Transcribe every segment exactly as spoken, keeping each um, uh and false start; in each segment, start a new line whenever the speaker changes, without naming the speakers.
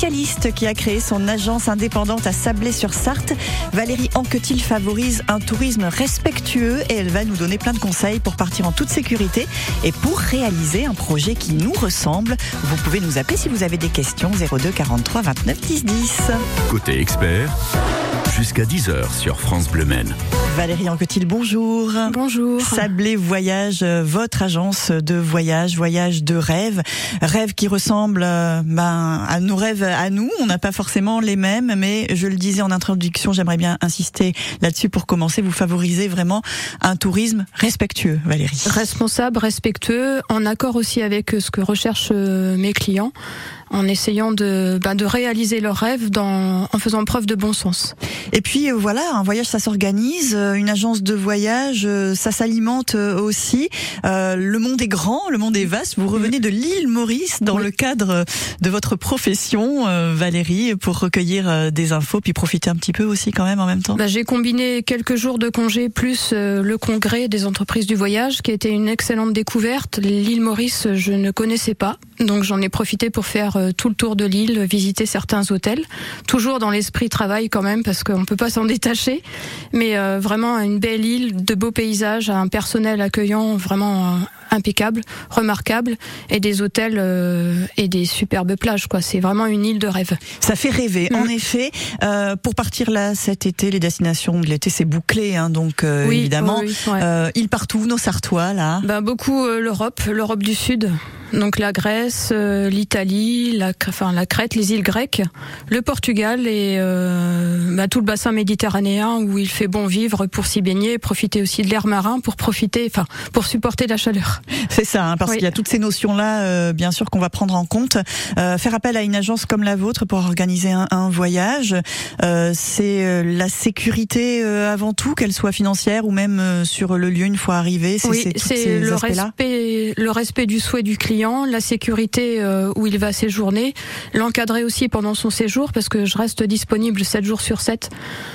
spécialiste qui a créé son agence indépendante à Sablé-sur-Sarthe. Valérie Anquetil favorise un tourisme respectueux et elle va nous donner plein de conseils pour partir en toute sécurité et pour réaliser un projet qui nous ressemble. Vous pouvez nous appeler si vous avez des questions, zéro deux quarante-trois vingt-neuf dix dix.
Côté expert, jusqu'à dix heures sur France Bleu Maine.
Valérie Anquetil, bonjour.
Bonjour.
Sablé Voyage, votre agence de voyage, voyage de rêve. Rêve qui ressemble euh, ben, à nos rêves à nous. On n'a pas forcément les mêmes, mais je le disais en introduction, j'aimerais bien insister là-dessus pour commencer. Vous favorisez vraiment un tourisme respectueux, Valérie.
Responsable, respectueux, en accord aussi avec ce que recherchent mes clients, en essayant de, bah, de réaliser leurs rêves dans, en faisant preuve de bon sens.
Et puis euh, voilà, un voyage ça s'organise, une agence de voyage euh, ça s'alimente aussi. Euh, le monde est grand, le monde est vaste. Vous revenez de l'île Maurice dans oui. le cadre de votre profession, euh, Valérie, pour recueillir euh, des infos puis profiter un petit peu aussi quand même en même temps.
Bah, j'ai combiné quelques jours de congé plus euh, le congrès des entreprises du voyage qui a été une excellente découverte. L'île Maurice, je ne connaissais pas, donc j'en ai profité pour faire euh, tout le tour de l'île, visiter certains hôtels, toujours dans l'esprit travail quand même parce qu'on peut pas s'en détacher, mais euh, vraiment une belle île, de beaux paysages, un personnel accueillant vraiment euh, impeccable, remarquable, et des hôtels euh, et des superbes plages, quoi. C'est vraiment une île de rêve.
Ça fait rêver, mmh. en effet. Euh, pour partir là cet été, les destinations de l'été, c'est bouclé, hein, donc euh,
oui,
évidemment.
Oui, oui, ouais.
euh, îles partout, nos Sartois là.
Ben, beaucoup euh, l'Europe, l'Europe du Sud. Donc la Grèce, euh, l'Italie, la, enfin la Crète, les îles grecques, le Portugal et euh, bah, tout le bassin méditerranéen où il fait bon vivre pour s'y baigner, profiter aussi de l'air marin pour profiter, enfin pour supporter la chaleur.
C'est ça, hein, parce oui. qu'il y a toutes ces notions-là, euh, bien sûr qu'on va prendre en compte. Euh, faire appel à une agence comme la vôtre pour organiser un, un voyage, euh, c'est euh, la sécurité euh, avant tout, qu'elle soit financière ou même euh, sur le lieu une fois arrivé. C'est,
oui,
c'est,
c'est le respect, le respect du souhait du client. La sécurité euh, où il va séjourner, l'encadrer aussi pendant son séjour parce que je reste disponible sept jours sur sept,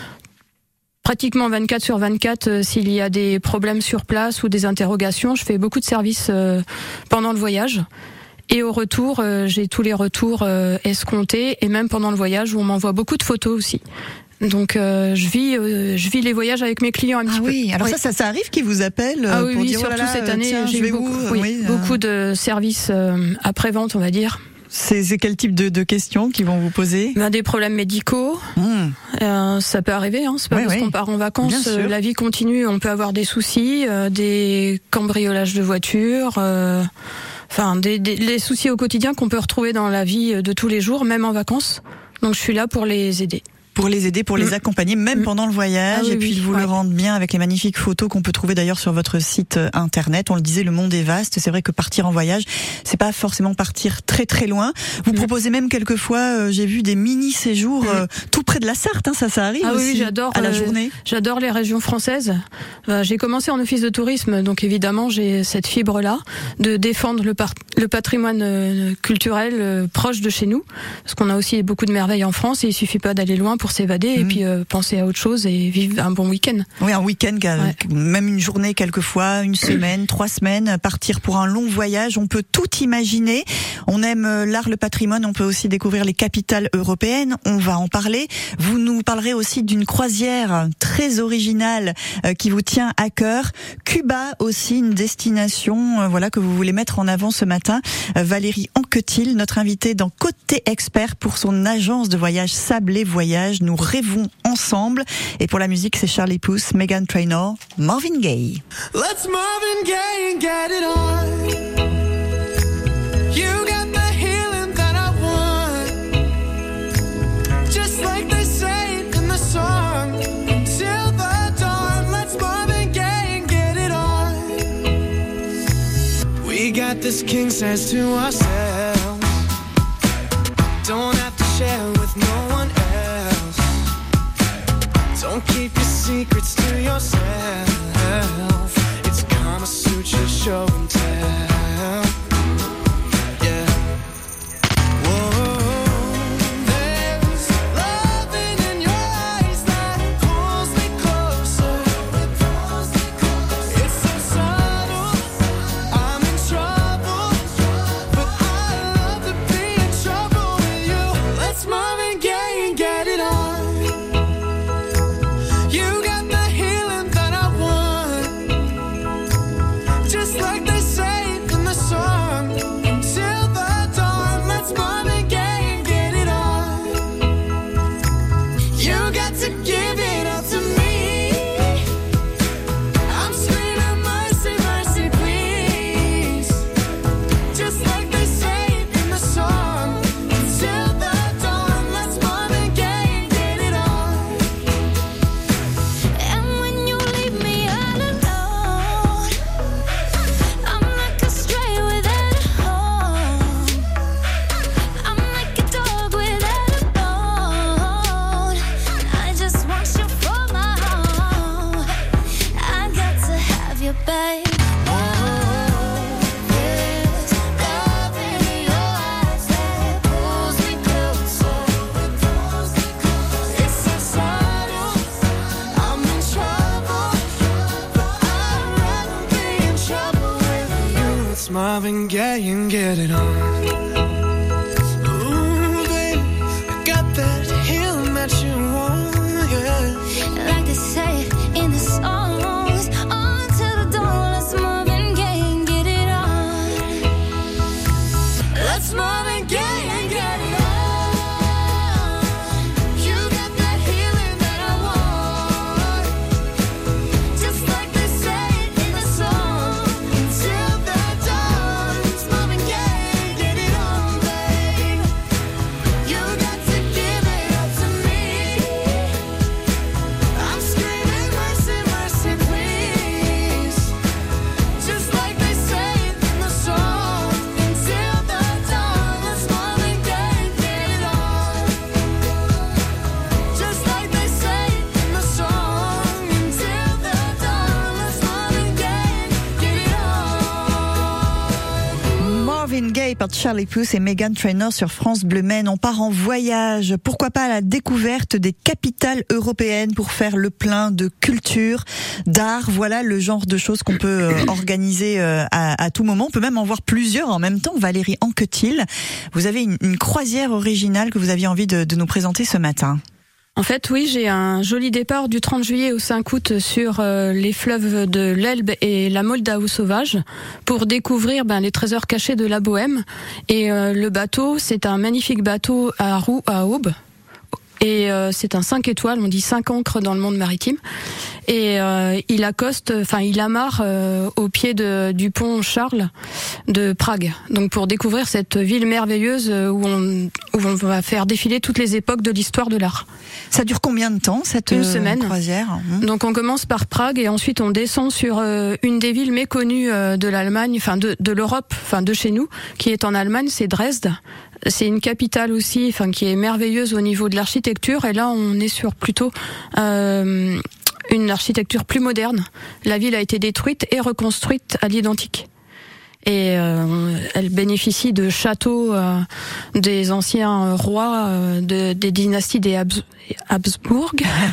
pratiquement vingt-quatre sur vingt-quatre euh, s'il y a des problèmes sur place ou des interrogations. Je fais beaucoup de services euh, pendant le voyage. Et au retour, euh, j'ai tous les retours euh, escomptés et même pendant le voyage où on m'envoie beaucoup de photos aussi. Donc euh, je vis euh, je vis les voyages avec mes clients un petit
ah
peu.
oui, alors
oui.
ça, ça ça arrive qu'ils vous appellent
ah oui,
pour
oui,
dire
surtout
oh là là,
cette année
tiens,
j'ai eu beaucoup,
où,
oui,
oui,
beaucoup
euh...
de services euh, après-vente, on va dire.
C'est, c'est quel type de, de questions qu'ils vont vous poser?
Ben, des problèmes médicaux, mmh. euh, ça peut arriver, hein. C'est pas oui, parce oui. qu'on part en vacances, euh, la vie continue, on peut avoir des soucis, euh, des cambriolages de voitures, euh, enfin des, des les soucis au quotidien qu'on peut retrouver dans la vie de tous les jours, même en vacances. Donc je suis là pour les aider.
Pour les aider, pour les accompagner, même pendant le voyage, ah oui, et puis oui, vous ouais. le rendre bien avec les magnifiques photos qu'on peut trouver d'ailleurs sur votre site internet. On le disait, le monde est vaste. C'est vrai que partir en voyage, c'est pas forcément partir très très loin. Vous mmh. proposez même quelquefois, euh, j'ai vu des mini séjours mmh. euh, tout près de la Sarthe. Hein, ça, ça arrive
ah
aussi.
Oui, j'adore.
À la
euh,
journée.
J'adore les régions françaises. Euh, j'ai commencé en office de tourisme, donc évidemment j'ai cette fibre là de défendre le, par- le patrimoine euh, culturel euh, proche de chez nous, parce qu'on a aussi beaucoup de merveilles en France et il suffit pas d'aller loin pour s'évader. Mmh. Et puis Euh, penser à autre chose et vivre un bon week-end.
Oui, un week-end,
ouais.
même une journée quelquefois, une semaine, trois semaines, partir pour un long voyage, on peut tout imaginer. On aime l'art, le patrimoine, on peut aussi découvrir les capitales européennes, on va en parler. Vous nous parlerez aussi d'une croisière très originale euh, qui vous tient à cœur. Cuba aussi, une destination euh, voilà que vous voulez mettre en avant ce matin. Euh, Valérie Anquetil, notre invitée dans Côté Expert pour son agence de voyage Sablé Voyage. Nous rêvons ensemble. Et pour la musique, c'est Charlie Puth, Meghan Trainor, Marvin Gaye.
Let's Marvin Gaye and get it on. You got the healing that I want. Just like they say in the song. Till the dawn, let's Marvin Gaye and get it on. We got this king size to ourselves. Don't have to share with no one else. Don't keep your secrets to yourself. It's Kama Sutra show and tell. Yeah. Whoa. There's loving in your eyes that pulls me closer. It's so subtle. I'm in trouble, but I love to be in trouble with you. Let's Marvin Gaye and get it on. Ooh, baby, I got that healing that you want, yeah.
Like they say in the songs, on to the dawn. Let's Marvin Gaye and get it on. Let's Marvin Gaye and get it on.
Marvin Gaye par Charlie Puth et Meghan Trainor sur France Bleu Maine. On part en voyage, pourquoi pas à la découverte des capitales européennes pour faire le plein de culture, d'art. Voilà le genre de choses qu'on peut euh, organiser euh, à, à tout moment. On peut même en voir plusieurs en même temps. Valérie Anquetil, vous avez une, une croisière originale que vous aviez envie de, de nous présenter ce matin.
En fait, oui, j'ai un joli départ du trente juillet au cinq août sur euh, les fleuves de l'Elbe et la Moldau sauvage pour découvrir ben, les trésors cachés de la Bohème. Et euh, le bateau, c'est un magnifique bateau à roues à aubes. Et euh, c'est un cinq étoiles, on dit cinq ancres dans le monde maritime. Et euh, il accoste, enfin il amarre euh, au pied de, du pont Charles de Prague. Donc pour découvrir cette ville merveilleuse où on, où on va faire défiler toutes les époques de l'histoire de l'art.
Ça dure combien de temps cette
une semaine.
croisière?
Donc on commence par Prague et ensuite on descend sur euh, une des villes méconnues euh, de l'Allemagne, enfin de, de l'Europe, enfin de chez nous, qui est en Allemagne, c'est Dresde. C'est une capitale aussi, enfin qui est merveilleuse au niveau de l'architecture. Et là, on est sur plutôt euh, une architecture plus moderne. La ville a été détruite et reconstruite à l'identique. Et euh, elle bénéficie de châteaux euh, des anciens rois euh, de, des dynasties des Habs- Habsbourg.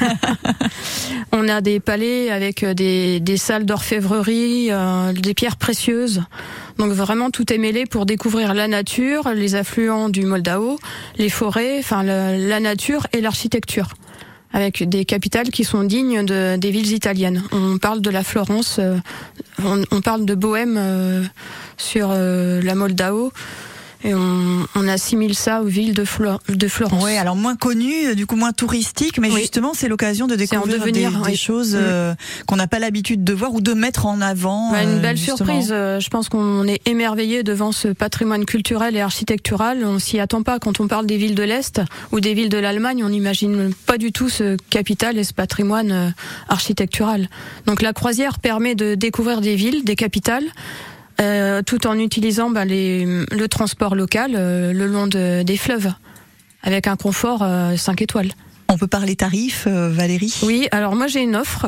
On a des palais avec des, des salles d'orfèvrerie, euh, des pierres précieuses. Donc vraiment tout est mêlé pour découvrir la nature, les affluents du Moldau, les forêts, enfin la, la nature et l'architecture, avec des capitales qui sont dignes de, des villes italiennes. On parle de la Florence, euh, on, on parle de Bohème euh, sur euh, la Moldau. Et on, on assimile ça aux villes de, Flor- de Florence.
Oui, alors moins connues, du coup moins touristiques, mais oui. Justement c'est l'occasion de découvrir devenir, des, oui. des choses euh, mmh. qu'on n'a pas l'habitude de voir ou de mettre en avant.
Bah, une belle
justement.
surprise. Euh, je pense qu'on est émerveillé devant ce patrimoine culturel et architectural. On s'y attend pas quand on parle des villes de l'Est ou des villes de l'Allemagne. On n'imagine pas du tout ce capital et ce patrimoine euh, architectural. Donc la croisière permet de découvrir des villes, des capitales. Euh, tout en utilisant bah, les, le transport local euh, le long de, des fleuves, avec un confort euh, cinq étoiles.
On peut parler tarifs, euh, Valérie ?
Oui, alors moi j'ai une offre.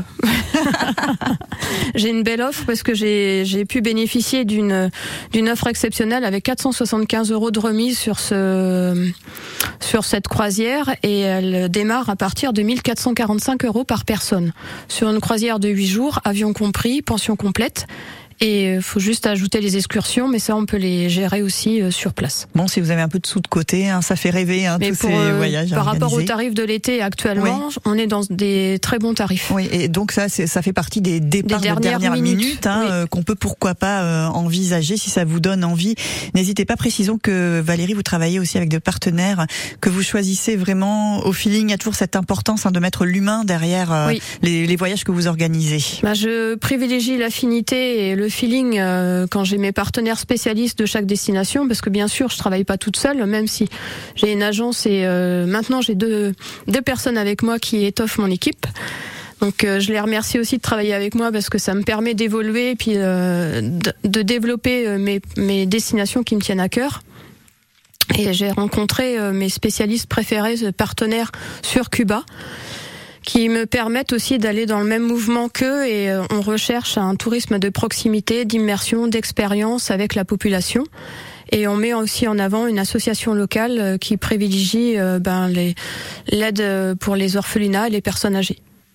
J'ai une belle offre parce que j'ai, j'ai pu bénéficier d'une, d'une offre exceptionnelle avec quatre cent soixante-quinze euros de remise sur, ce, sur cette croisière et elle démarre à partir de mille quatre cent quarante-cinq euros par personne. Sur une croisière de huit jours, avion compris, pension complète. Et il faut juste ajouter les excursions, mais ça on peut les gérer aussi euh, sur place.
Bon, si vous avez un peu de sous de côté, hein, ça fait rêver hein, tous pour, ces euh, voyages
par
organisés.
Rapport aux tarifs de l'été actuellement, oui. On est dans des très bons tarifs.
Oui, et donc ça, c'est, ça fait partie des départs des dernières de dernière minute minute, hein, oui. euh, qu'on peut pourquoi pas euh, envisager si ça vous donne envie. N'hésitez pas, précisons que Valérie, vous travaillez aussi avec des partenaires que vous choisissez vraiment au feeling. Il y a toujours cette importance hein, de mettre l'humain derrière euh, oui. les, les voyages que vous organisez.
Bah, je privilégie l'affinité et le feeling euh, quand j'ai mes partenaires spécialistes de chaque destination, parce que bien sûr je travaille pas toute seule, même si j'ai une agence et euh, maintenant j'ai deux deux personnes avec moi qui étoffent mon équipe. Donc euh, je les remercie aussi de travailler avec moi parce que ça me permet d'évoluer et puis euh, de, de développer euh, mes mes destinations qui me tiennent à cœur. Et j'ai rencontré euh, mes spécialistes préférés, partenaires sur Cuba, qui me permettent aussi d'aller dans le même mouvement qu'eux et euh, on recherche un tourisme de proximité, d'immersion, d'expérience avec la population. Et on met aussi en avant une association locale euh, qui privilégie euh, ben, les, l'aide pour les orphelinats et les personnes âgées.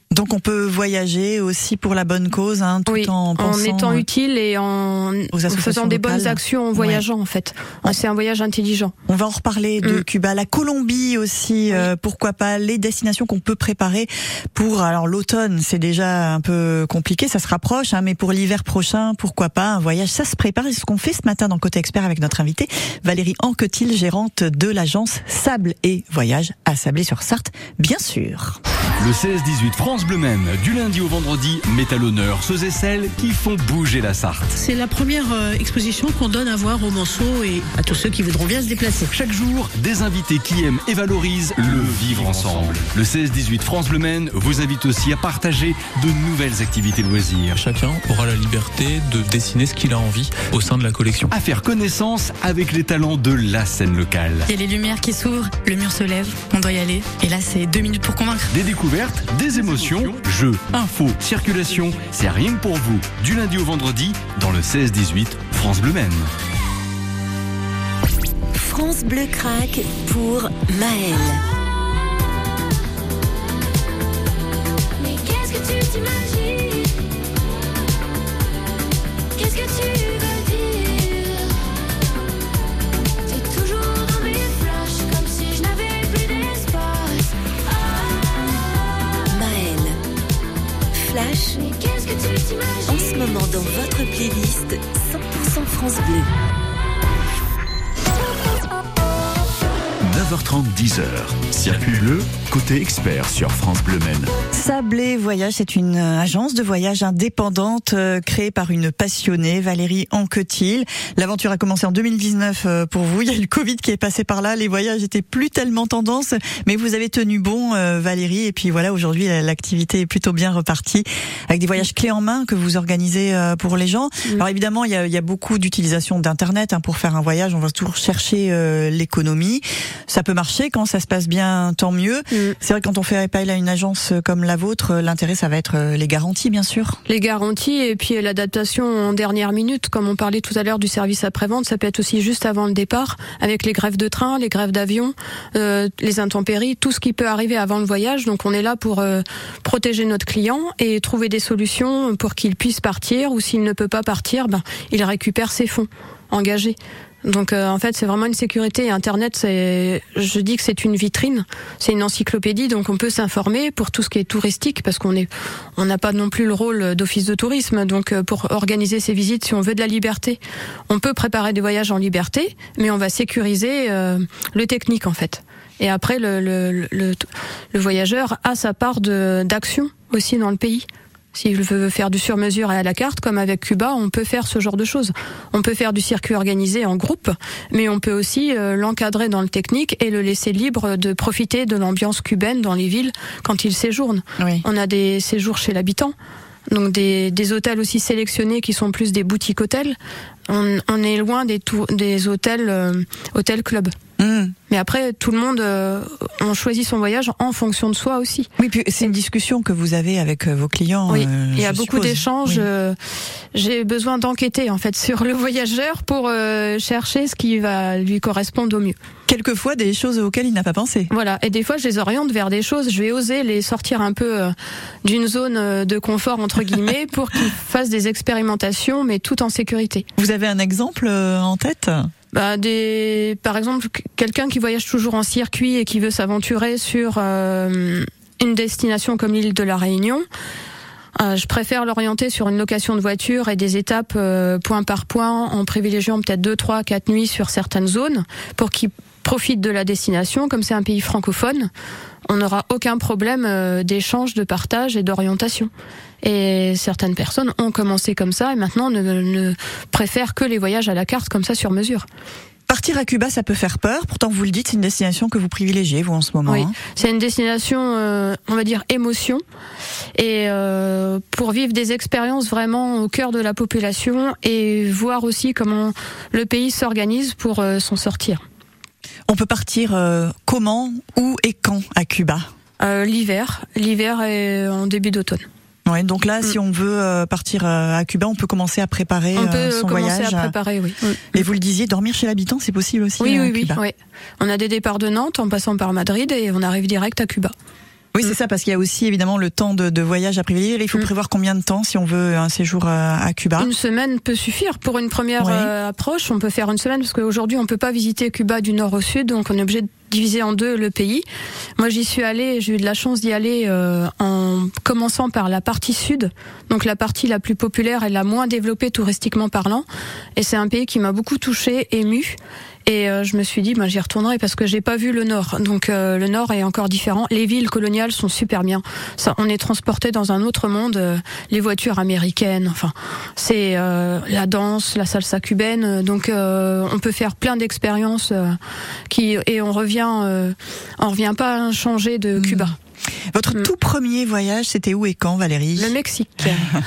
Donc on peut voyager aussi pour la bonne cause, hein, tout
oui,
en pensant,
en étant utile et en faisant des bonnes actions, en voyageant ouais. en fait. C'est un voyage intelligent.
On va en reparler de
mm. Cuba,
la Colombie aussi, oui. euh, pourquoi pas, les destinations qu'on peut préparer pour, alors l'automne c'est déjà un peu compliqué, ça se rapproche, hein, mais pour l'hiver prochain, pourquoi pas, un voyage, ça se prépare. C'est ce qu'on fait ce matin dans Côté Expert avec notre invitée Valérie Anquetil, gérante de l'agence Sable et Voyage à Sablé-sur-Sarthe, bien sûr.
Le seize dix-huit France Bleu Maine, du lundi au vendredi, met à l'honneur ceux et celles qui font bouger la Sarthe.
C'est la première euh, exposition qu'on donne à voir aux Manceaux et à tous ceux qui voudront bien se déplacer.
Chaque jour, des invités qui aiment et valorisent le vivre ensemble. Le seize dix-huit France Bleu Maine vous invite aussi à partager de nouvelles activités loisirs.
Chacun aura la liberté de dessiner ce qu'il a envie au sein de la collection.
À faire connaissance avec les talents de la scène locale.
Il y a les lumières qui s'ouvrent, le mur se lève, on doit y aller. Et là, c'est deux minutes pour convaincre.
Des découvertes, des émotions, jeux, infos, circulation, c'est rien que pour vous. Du lundi au vendredi, dans le seize dix-huit France Bleu Maine.
France Bleu craque pour Maëlle.
Mais qu'est-ce que tu t'imagines? Qu'est-ce que tu veux dire? T'es toujours dans mes flashs, comme si je n'avais plus d'espace.
Maëlle, Flash,
Mais qu'est-ce que tu t'imagines?
en ce moment dans votre playlist cent pour cent France Bleu.
neuf heures trente, dix heures. Circuit bleu, Côté Expert sur France Bleu Maine.
Sablé Voyage, c'est une agence de voyage indépendante euh, créée par une passionnée, Valérie Anquetil. L'aventure a commencé en deux mille dix-neuf euh, pour vous. Il y a eu le Covid qui est passé par là. Les voyages étaient plus tellement tendance, mais vous avez tenu bon, euh, Valérie. Et puis voilà, aujourd'hui, l'activité est plutôt bien repartie avec des voyages clés en main que vous organisez euh, pour les gens. Mmh. Alors évidemment, il y a, il y a beaucoup d'utilisation d'Internet hein, pour faire un voyage. On va toujours chercher euh, l'économie. Ça peut marcher quand ça se passe bien, tant mieux. Mmh. C'est vrai que quand on fait appel à une agence comme la vôtre, l'intérêt ça va être les garanties bien sûr.
Les garanties et puis l'adaptation en dernière minute, comme on parlait tout à l'heure du service après-vente, ça peut être aussi juste avant le départ, avec les grèves de train, les grèves d'avion, euh, les intempéries, tout ce qui peut arriver avant le voyage. Donc on est là pour euh, protéger notre client et trouver des solutions pour qu'il puisse partir, ou s'il ne peut pas partir, ben il récupère ses fonds engagés. Donc euh, en fait c'est vraiment une sécurité. Internet, c'est, je dis que c'est une vitrine, c'est une encyclopédie, donc on peut s'informer pour tout ce qui est touristique, parce qu'on est, on n'a pas non plus le rôle d'office de tourisme. Donc euh, pour organiser ces visites, si on veut de la liberté, on peut préparer des voyages en liberté, mais on va sécuriser euh, le technique en fait. Et après le, le, le, le voyageur a sa part de d'action aussi dans le pays. S'il veut faire du sur-mesure et à la carte, comme avec Cuba, on peut faire ce genre de choses. On peut faire du circuit organisé en groupe, mais on peut aussi euh, l'encadrer dans le technique et le laisser libre de profiter de l'ambiance cubaine dans les villes quand il séjourne. Oui. On a des séjours chez l'habitant, donc des, des hôtels aussi sélectionnés qui sont plus des boutiques hôtels. On, on est loin des, tour, des hôtels euh, hôtels clubs. Mmh. Mais après, tout le monde, euh, on choisit son voyage en fonction de soi aussi.
Oui, puis c'est une discussion que vous avez avec vos clients.
Oui,
euh,
il y a beaucoup
suppose.
d'échanges.
Oui.
Euh, j'ai besoin d'enquêter en fait sur le voyageur pour euh, chercher ce qui va lui correspondre au mieux.
Quelquefois des choses auxquelles il n'a pas pensé.
Voilà, et des fois je les oriente vers des choses. Je vais oser les sortir un peu euh, d'une zone euh, de confort entre guillemets pour qu'ils fassent des expérimentations, mais tout en sécurité.
Vous avez un exemple euh, en tête ?
Bah des, par exemple, quelqu'un qui voyage toujours en circuit et qui veut s'aventurer sur euh, une destination comme l'île de la Réunion, euh, je préfère l'orienter sur une location de voiture et des étapes euh, point par point, en privilégiant peut-être deux, trois, quatre nuits sur certaines zones pour qu'il profite de la destination. Comme c'est un pays francophone, on n'aura aucun problème euh, d'échange, de partage et d'orientation. Et certaines personnes ont commencé comme ça et maintenant ne, ne préfèrent que les voyages à la carte comme ça sur mesure.
Partir à Cuba, ça peut faire peur. Pourtant, vous le dites, c'est une destination que vous privilégiez, vous, en ce moment.
Oui,
hein.
C'est une destination, euh, on va dire, émotion. Et euh, pour vivre des expériences vraiment au cœur de la population et voir aussi comment le pays s'organise pour euh, s'en sortir.
On peut partir euh, comment, où et quand à Cuba ?
euh, L'hiver. L'hiver et en début d'automne.
Ouais, donc là, mm. si on veut euh, partir euh, à Cuba, on peut commencer à préparer euh, son voyage.
On peut commencer à préparer, oui.
Et vous le disiez, dormir chez l'habitant, c'est possible aussi
oui,
à
oui,
Cuba.
Oui, oui. On a des départs de Nantes en passant par Madrid et on arrive direct à Cuba.
Oui, c'est ça, parce qu'il y a aussi évidemment le temps de, de voyage à privilégier. Là, il faut mmh. prévoir combien de temps si on veut un séjour à, à Cuba?
Une semaine peut suffire pour une première oui. euh, approche. On peut faire une semaine parce qu'aujourd'hui on peut pas visiter Cuba du nord au sud, donc on est obligé de diviser en deux le pays. Moi, j'y suis allée, j'ai eu de la chance d'y aller euh, en commençant par la partie sud, donc la partie la plus populaire et la moins développée touristiquement parlant. Et c'est un pays qui m'a beaucoup touchée, émue. Et euh, je me suis dit, ben, j'y retournerai parce que j'ai pas vu le nord. Donc euh, le nord est encore différent. Les villes coloniales sont super bien. Ça, on est transporté dans un autre monde. Euh, les voitures américaines, enfin, c'est euh, la danse, la salsa cubaine. Donc euh, on peut faire plein d'expériences euh, qui et on revient, euh, on revient pas changer de Cuba. Mmh.
Votre mmh. tout premier voyage, c'était où et quand, Valérie?
Le Mexique.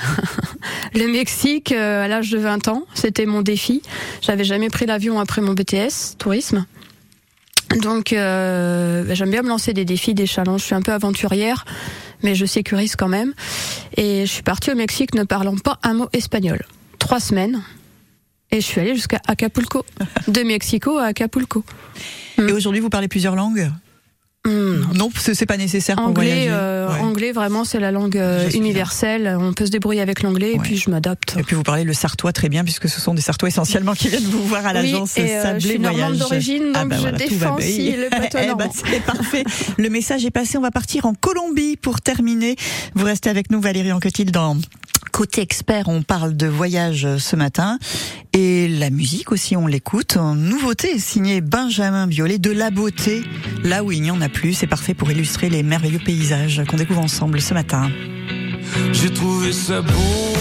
Le Mexique, euh, à l'âge de vingt ans, c'était mon défi. J'avais jamais pris l'avion après mon B T S, tourisme. Donc, euh, bah, j'aime bien me lancer des défis, des challenges. Je suis un peu aventurière, mais je sécurise quand même. Et je suis partie au Mexique ne parlant pas un mot espagnol. Trois semaines. Et je suis allée jusqu'à Acapulco. De Mexico à Acapulco.
Et aujourd'hui, vous parlez plusieurs langues?
Mmh.
Non, c'est pas nécessaire pour
anglais,
voyager.
Euh,
ouais.
Anglais, vraiment, c'est la langue euh, universelle. On peut se débrouiller avec l'anglais ouais. et puis je m'adapte.
Et puis vous parlez le sartois très bien puisque ce sont des sartois essentiellement qui viennent vous voir à l'agence
oui, et, euh,
Sablé
je suis
Voyage.
normande d'origine, donc
ah bah
je
voilà,
défends aussi le bateau
eh bah, c'est parfait. Le message est passé. On va partir en Colombie pour terminer. Vous restez avec nous, Valérie Anquetil, dans Côté Expert. On parle de voyage ce matin et la musique aussi, on l'écoute. Nouveauté signée Benjamin Biolay, de la beauté là où il n'y en a plus. C'est parfait pour illustrer les merveilleux paysages qu'on découvre ensemble ce matin.
J'ai trouvé ça beau,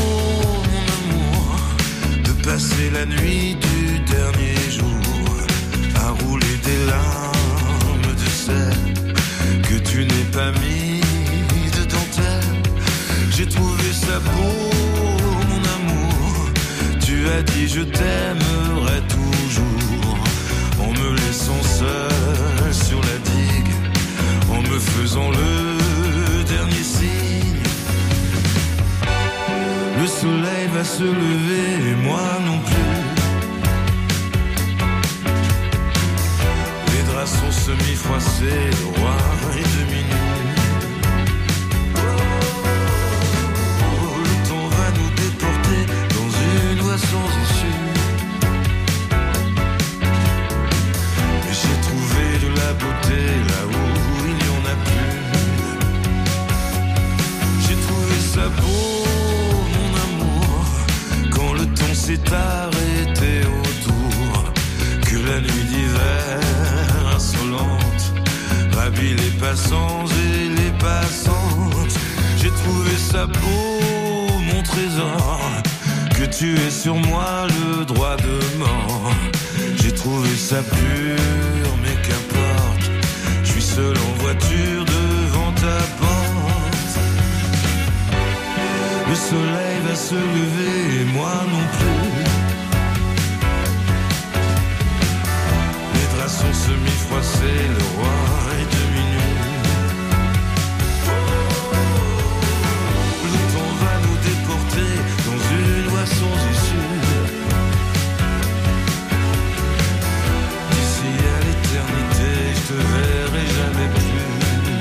mon amour, de passer la nuit du dernier jour à rouler des larmes de sel que tu n'es pas mis de dentelle. J'ai trouvé ça beau, mon amour, tu as dit je t'aimerai toujours en me laissant seul sur la digue, en me faisant le dernier signe. Le soleil va se lever et moi non plus. Les draps sont semi-froissés, le roi est demi nu. Oh, le temps va nous déporter dans une voie sans issue. Mais j'ai trouvé de la beauté là où il n'y en a plus. J'ai trouvé ça beau, mon amour, quand le temps s'est arrêté autour, que la nuit d'hiver insolente ravit les passants et les passantes. J'ai trouvé ça beau, mon trésor, que tu aies sur moi le droit de mort. J'ai trouvé ça pur, mais qu'importe, je suis seul en voiture devant ta porte. Le soleil va se lever et moi non plus. Les draps sont semi-froissés, le roi est demi nu. Le temps va nous déporter dans une voie sans issue. D'ici à l'éternité, je te verrai jamais plus.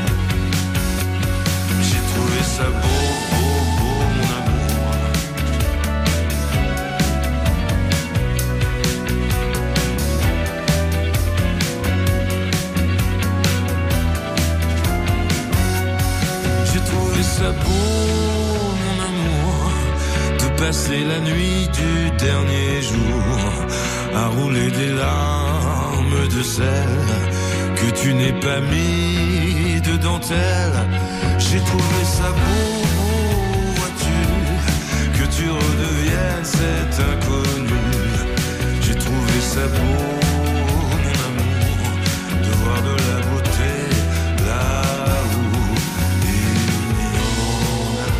J'ai trouvé ça beau, beau, beau, mon amour. J'ai trouvé ça beau, mon amour, de passer la nuit du dernier jour à rouler des larmes de sel que tu n'es pas mis de dentelle. J'ai trouvé ça beau, beau, vois-tu, que tu redeviennes cet inconnu. J'ai trouvé ça beau, mon amour, de voir de la beauté là où il n'y en a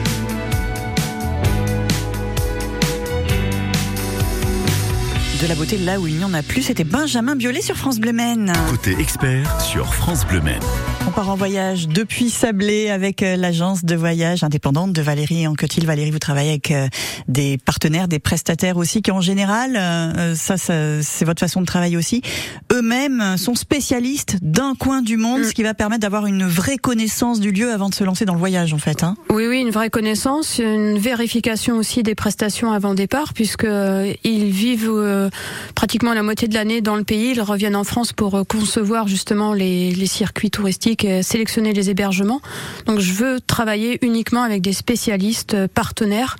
De la beauté beauté là où il n'y en a plus. C'était Benjamin Biolay sur France Bleu Maine.
Côté expert sur France Bleu Maine.
On part en voyage depuis Sablé avec l'agence de voyage indépendante de Valérie Anquetil. Valérie, vous travaillez avec des partenaires, des prestataires aussi qui en général, ça, ça c'est votre façon de travailler aussi, eux-mêmes sont spécialistes d'un coin du monde, mmh. ce qui va permettre d'avoir une vraie connaissance du lieu avant de se lancer dans le voyage en fait. Hein.
Oui, oui, une vraie connaissance, une vérification aussi des prestations avant départ, puisque euh, ils vivent euh, pratiquement la moitié de l'année dans le pays. Ils reviennent en France pour euh, concevoir justement les, les circuits touristiques, et sélectionner les hébergements. Donc je veux travailler uniquement avec des spécialistes euh, partenaires,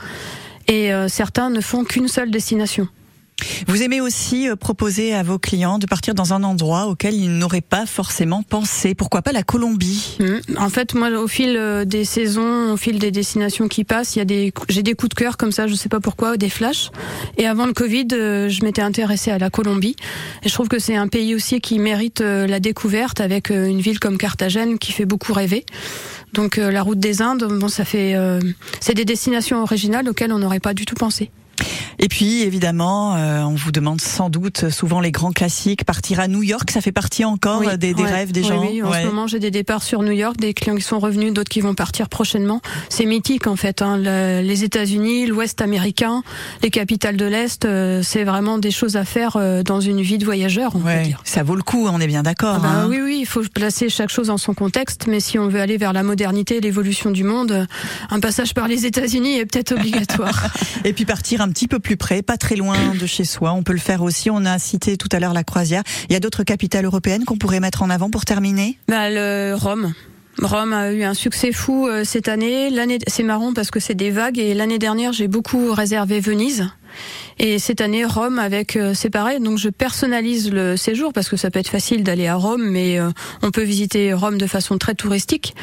et euh, certains ne font qu'une seule destination.
Vous aimez aussi proposer à vos clients de partir dans un endroit auquel ils n'auraient pas forcément pensé. Pourquoi pas la Colombie ?
Mmh. En fait, moi, au fil des saisons, au fil des destinations qui passent, il y a des, j'ai des coups de cœur comme ça, je sais pas pourquoi, des flashs. Et avant le Covid, je m'étais intéressée à la Colombie. Et je trouve que c'est un pays aussi qui mérite la découverte, avec une ville comme Carthagène qui fait beaucoup rêver. Donc la route des Indes, bon, ça fait, euh, c'est des destinations originales auxquelles on n'aurait pas du tout pensé.
Et puis, évidemment, euh, on vous demande sans doute souvent les grands classiques. Partir à New York, ça fait partie encore
oui,
des, des
ouais,
rêves des
oui,
gens.
Oui, en
ouais.
ce moment, j'ai des départs sur New York, des clients qui sont revenus, d'autres qui vont partir prochainement. C'est mythique, en fait. Hein. Le, les États-Unis, l'Ouest américain, les capitales de l'Est, euh, c'est vraiment des choses à faire euh, dans une vie de voyageur, on
ouais,
peut dire.
Ça vaut le coup, on est bien d'accord.
Ah bah,
hein.
Oui, oui, il faut placer chaque chose en son contexte, mais si on veut aller vers la modernité, l'évolution du monde, un passage par les États-Unis est peut-être obligatoire.
Et puis partir un petit peu plus près, pas très loin de chez soi, on peut le faire aussi. On a cité tout à l'heure la croisière. Il y a d'autres capitales européennes qu'on pourrait mettre en avant pour terminer ?
Bah, le Rome. Rome a eu un succès fou euh, cette année. L'année, c'est marrant parce que c'est des vagues, et l'année dernière j'ai beaucoup réservé Venise. Et cette année, Rome avec, euh, c'est pareil, donc je personnalise le séjour parce que ça peut être facile d'aller à Rome, mais euh, on peut visiter Rome de façon très touristique.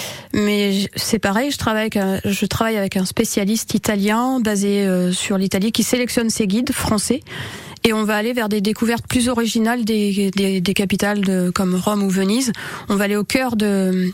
Mais c'est pareil, je travaille avec un, je travaille avec un spécialiste italien basé euh, sur l'Italie qui sélectionne ses guides français. Et on va aller vers des découvertes plus originales des, des, des capitales de, comme Rome ou Venise. On va aller au cœur de,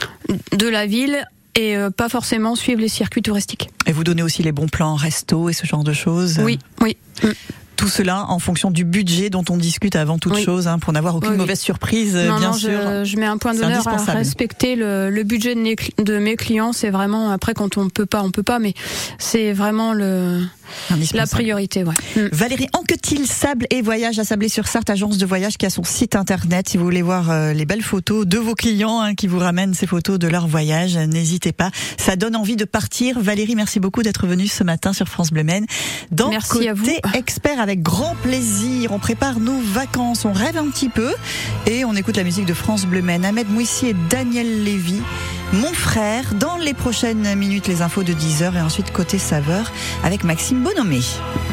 de la ville et euh, pas forcément suivre les circuits touristiques.
Et vous donnez aussi les bons plans resto et ce genre de choses ?
Oui, oui. Mm.
Tout cela en fonction du budget dont on discute avant toute
oui.
chose, hein, pour n'avoir aucune
oui,
mauvaise
oui.
surprise,
non,
bien
non,
sûr.
Je, je mets un point d'honneur à respecter le, le budget de mes, de mes clients. C'est vraiment, après, quand on peut pas, on peut pas, mais c'est vraiment le, la priorité. Ouais. Mm.
Valérie Anquetil, Sable et Voyage à Sablé-sur-Sarthe, agence de voyage qui a son site internet. Si vous voulez voir euh, les belles photos de vos clients, hein, qui vous ramènent ces photos de leur voyage, n'hésitez pas. Ça donne envie de partir. Valérie, merci beaucoup d'être venue ce matin sur France Bleu Maine. Dans
merci
Côté
à vous.
Expert, avec grand plaisir. On prépare nos vacances, on rêve un petit peu et on écoute la musique de France Bleu Maine. Ahmed Mouissi et Daniel Lévy, Mon frère. Dans les prochaines minutes, les infos de dix heures et ensuite Côté Saveur avec Maxime Bonhomé.